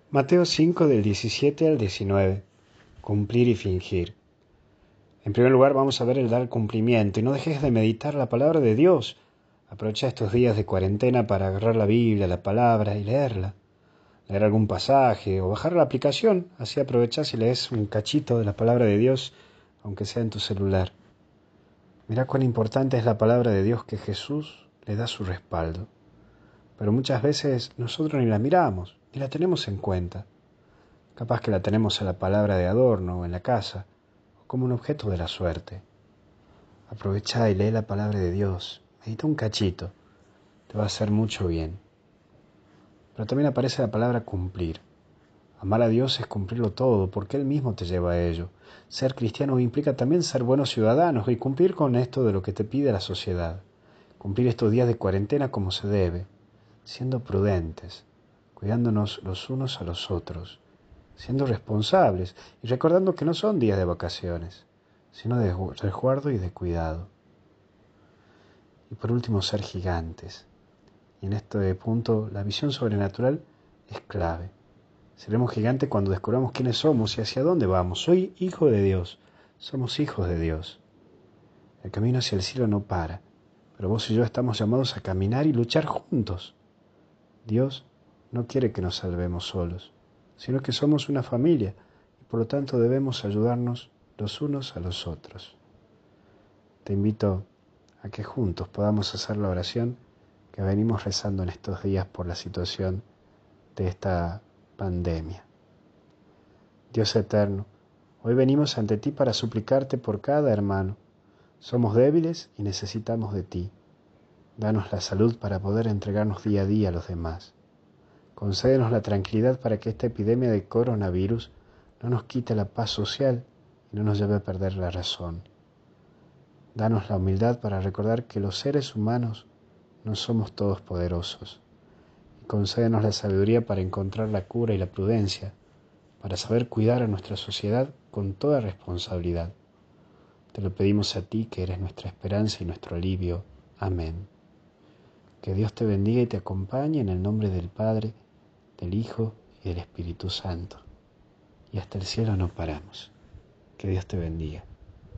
Mateo 5 del 17 al 19. Cumplir y fingir. En primer lugar vamos a ver el dar cumplimiento y no dejes de meditar la palabra de Dios. Aprovecha estos días de cuarentena para agarrar la Biblia, la palabra y leerla. Leer algún pasaje o bajar la aplicación, así aprovechás y lees un cachito de la palabra de Dios, aunque sea en tu celular. Mirá cuán importante es la palabra de Dios que Jesús le da su respaldo. Pero muchas veces nosotros ni la miramos, ni la tenemos en cuenta. Capaz que la tenemos a la palabra de adorno o en la casa, o como un objeto de la suerte. Aprovecha y lee la palabra de Dios, medita un cachito, te va a hacer mucho bien. Pero también aparece la palabra cumplir. Amar a Dios es cumplirlo todo, porque Él mismo te lleva a ello. Ser cristiano implica también ser buenos ciudadanos y cumplir con esto de lo que te pide la sociedad. Cumplir estos días de cuarentena como se debe, siendo prudentes, cuidándonos los unos a los otros, siendo responsables y recordando que no son días de vacaciones, sino de resguardo y de cuidado. Y por último, ser gigantes. Y en este punto, la visión sobrenatural es clave. Seremos gigantes cuando descubramos quiénes somos y hacia dónde vamos. Soy hijo de Dios, somos hijos de Dios. El camino hacia el cielo no para, pero vos y yo estamos llamados a caminar y luchar juntos. Dios no quiere que nos salvemos solos, sino que somos una familia y por lo tanto debemos ayudarnos los unos a los otros. Te invito a que juntos podamos hacer la oración que venimos rezando en estos días por la situación de esta pandemia. Dios eterno, hoy venimos ante ti para suplicarte por cada hermano. Somos débiles y necesitamos de ti. Danos la salud para poder entregarnos día a día a los demás. Concédenos la tranquilidad para que esta epidemia de coronavirus no nos quite la paz social y no nos lleve a perder la razón. Danos la humildad para recordar que los seres humanos no somos todos poderosos. Y concédenos la sabiduría para encontrar la cura y la prudencia, para saber cuidar a nuestra sociedad con toda responsabilidad. Te lo pedimos a ti, que eres nuestra esperanza y nuestro alivio. Amén. Que Dios te bendiga y te acompañe en el nombre del Padre, del Hijo y del Espíritu Santo. Y hasta el cielo no paramos. Que Dios te bendiga.